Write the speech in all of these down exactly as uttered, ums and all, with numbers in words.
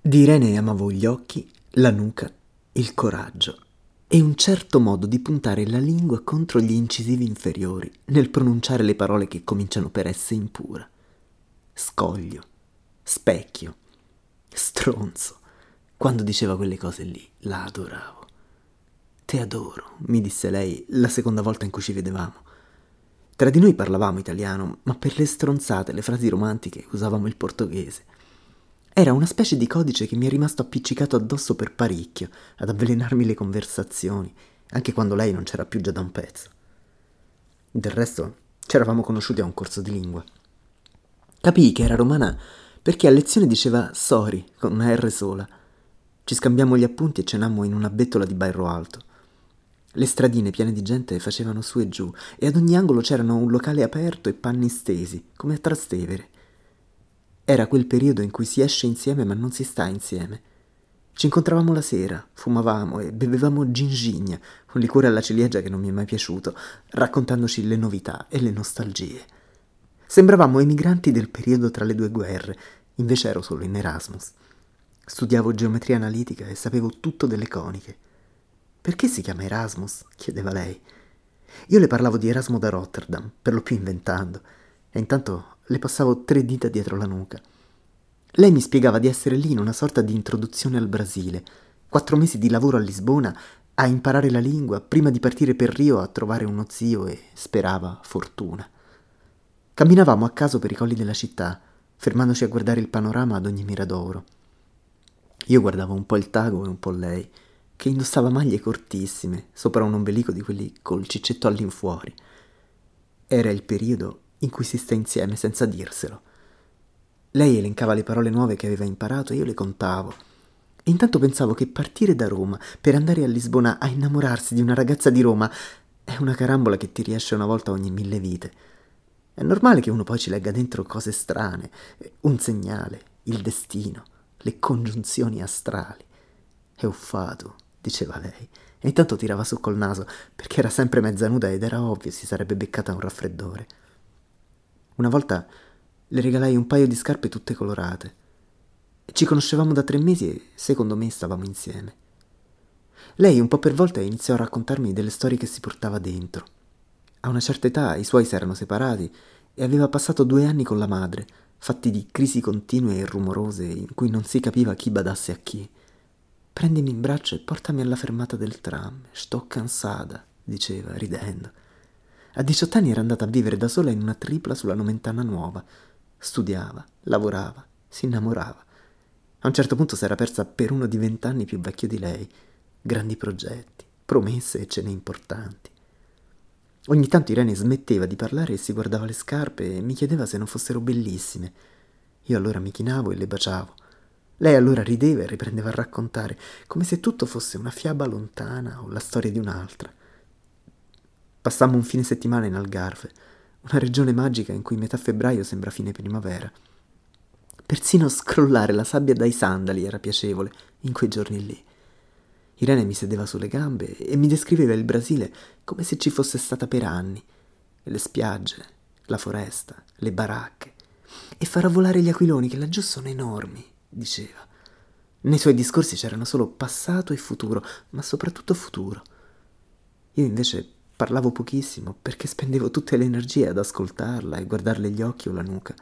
Di Irene amavo gli occhi, la nuca, il coraggio e un certo modo di puntare la lingua contro gli incisivi inferiori nel pronunciare le parole che cominciano per esse impura. Scoglio, specchio, stronzo. Quando diceva quelle cose lì, la adoravo. Te adoro, mi disse lei la seconda volta in cui ci vedevamo. Tra di noi parlavamo italiano, ma per le stronzate, le frasi romantiche usavamo il portoghese. Era una specie di codice che mi è rimasto appiccicato addosso per parecchio, ad avvelenarmi le conversazioni, anche quando lei non c'era più già da un pezzo. Del resto, ci eravamo conosciuti a un corso di lingua. Capii che era romana perché a lezione diceva sorry con una R sola. Ci scambiammo gli appunti e cenammo in una bettola di Bairro Alto. Le stradine piene di gente facevano su e giù e ad ogni angolo c'erano un locale aperto e panni stesi, come a Trastevere. Era quel periodo in cui si esce insieme ma non si sta insieme. Ci incontravamo la sera, fumavamo e bevevamo gingigna, un liquore alla ciliegia che non mi è mai piaciuto, raccontandoci le novità e le nostalgie. Sembravamo emigranti del periodo tra le due guerre, invece ero solo in Erasmus. Studiavo geometria analitica e sapevo tutto delle coniche. «Perché si chiama Erasmus?» chiedeva lei. Io le parlavo di Erasmo da Rotterdam, per lo più inventando, e intanto le passavo tre dita dietro la nuca. Lei mi spiegava di essere lì in una sorta di introduzione al Brasile, quattro mesi di lavoro a Lisbona, a imparare la lingua, prima di partire per Rio a trovare uno zio e, sperava, fortuna. Camminavamo a caso per i colli della città, fermandoci a guardare il panorama ad ogni miradoro. Io guardavo un po' il Tago e un po' lei, che indossava maglie cortissime, sopra un ombelico di quelli col ciccetto all'infuori. Era il periodo in cui si sta insieme senza dirselo. Lei elencava le parole nuove che aveva imparato e io le contavo. E intanto pensavo che partire da Roma per andare a Lisbona a innamorarsi di una ragazza di Roma è una carambola che ti riesce una volta ogni mille vite. È normale che uno poi ci legga dentro cose strane, un segnale, il destino, le congiunzioni astrali. È uffato, diceva lei, e intanto tirava su col naso perché era sempre mezza nuda ed era ovvio si sarebbe beccata un raffreddore. Una volta le regalai un paio di scarpe tutte colorate. Ci conoscevamo da tre mesi e secondo me stavamo insieme. Lei un po' per volta iniziò a raccontarmi delle storie che si portava dentro. A una certa età i suoi si erano separati e aveva passato due anni con la madre, fatti di crisi continue e rumorose in cui non si capiva chi badasse a chi. «Prendimi in braccio e portami alla fermata del tram, sto cansata», diceva, ridendo. A diciotto anni era andata a vivere da sola in una tripla sulla Nomentana Nuova. Studiava, lavorava, si innamorava. A un certo punto s'era persa per uno di vent'anni più vecchio di lei. Grandi progetti, promesse e cene importanti. Ogni tanto Irene smetteva di parlare e si guardava le scarpe e mi chiedeva se non fossero bellissime. Io allora mi chinavo e le baciavo. Lei allora rideva e riprendeva a raccontare, come se tutto fosse una fiaba lontana o la storia di un'altra. Passammo un fine settimana in Algarve, una regione magica in cui metà febbraio sembra fine primavera. Persino scrollare la sabbia dai sandali era piacevole in quei giorni lì. Irene mi sedeva sulle gambe e mi descriveva il Brasile come se ci fosse stata per anni. Le spiagge, la foresta, le baracche. E farà volare gli aquiloni che laggiù sono enormi, diceva. Nei suoi discorsi c'erano solo passato e futuro, ma soprattutto futuro. Io invece parlavo pochissimo perché spendevo tutte le energie ad ascoltarla e guardarle gli occhi o la nuca.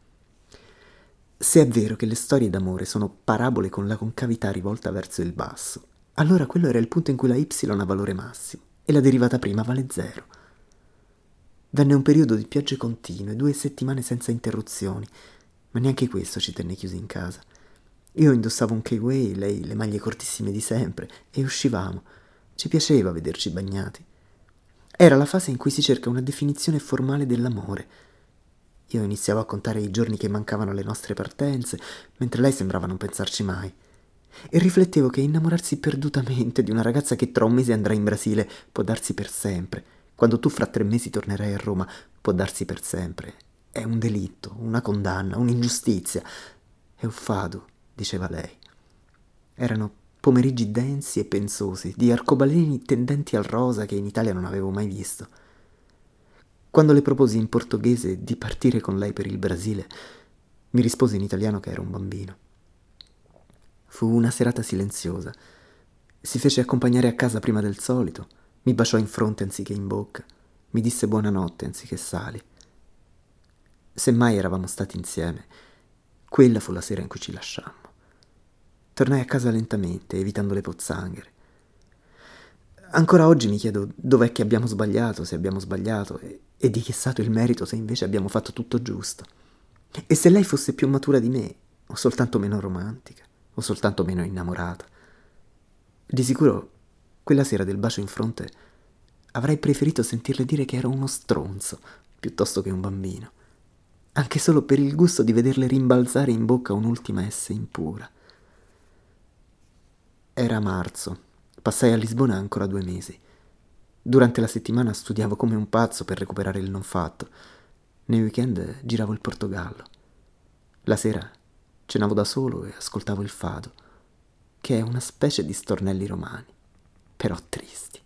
Se è vero che le storie d'amore sono parabole con la concavità rivolta verso il basso, allora quello era il punto in cui la Y ha valore massimo e la derivata prima vale zero. Venne un periodo di piogge continue, due settimane senza interruzioni, ma neanche questo ci tenne chiusi in casa. Io indossavo un K-Way, lei le maglie cortissime di sempre, e uscivamo. Ci piaceva vederci bagnati. Era la fase in cui si cerca una definizione formale dell'amore. Io iniziavo a contare i giorni che mancavano alle nostre partenze, mentre lei sembrava non pensarci mai. E riflettevo che innamorarsi perdutamente di una ragazza che tra un mese andrà in Brasile può darsi per sempre. Quando tu fra tre mesi tornerai a Roma, può darsi per sempre. È un delitto, una condanna, un'ingiustizia. È un fado, diceva lei. Erano pomeriggi densi e pensosi, di arcobaleni tendenti al rosa che in Italia non avevo mai visto. Quando le proposi in portoghese di partire con lei per il Brasile, mi rispose in italiano che era un bambino. Fu una serata silenziosa. Si fece accompagnare a casa prima del solito, mi baciò in fronte anziché in bocca, mi disse buonanotte anziché sali. Se mai eravamo stati insieme, quella fu la sera in cui ci lasciammo. Tornai a casa lentamente, evitando le pozzanghere. Ancora oggi mi chiedo dov'è che abbiamo sbagliato, se abbiamo sbagliato, e, e di chi è stato il merito se invece abbiamo fatto tutto giusto. E se lei fosse più matura di me, o soltanto meno romantica, o soltanto meno innamorata. Di sicuro, quella sera del bacio in fronte, avrei preferito sentirle dire che ero uno stronzo, piuttosto che un bambino, anche solo per il gusto di vederle rimbalzare in bocca un'ultima S impura. Era marzo. Passai a Lisbona ancora due mesi. Durante la settimana studiavo come un pazzo per recuperare il non fatto. Nei weekend giravo il Portogallo. La sera cenavo da solo e ascoltavo il fado, che è una specie di stornelli romani, però tristi.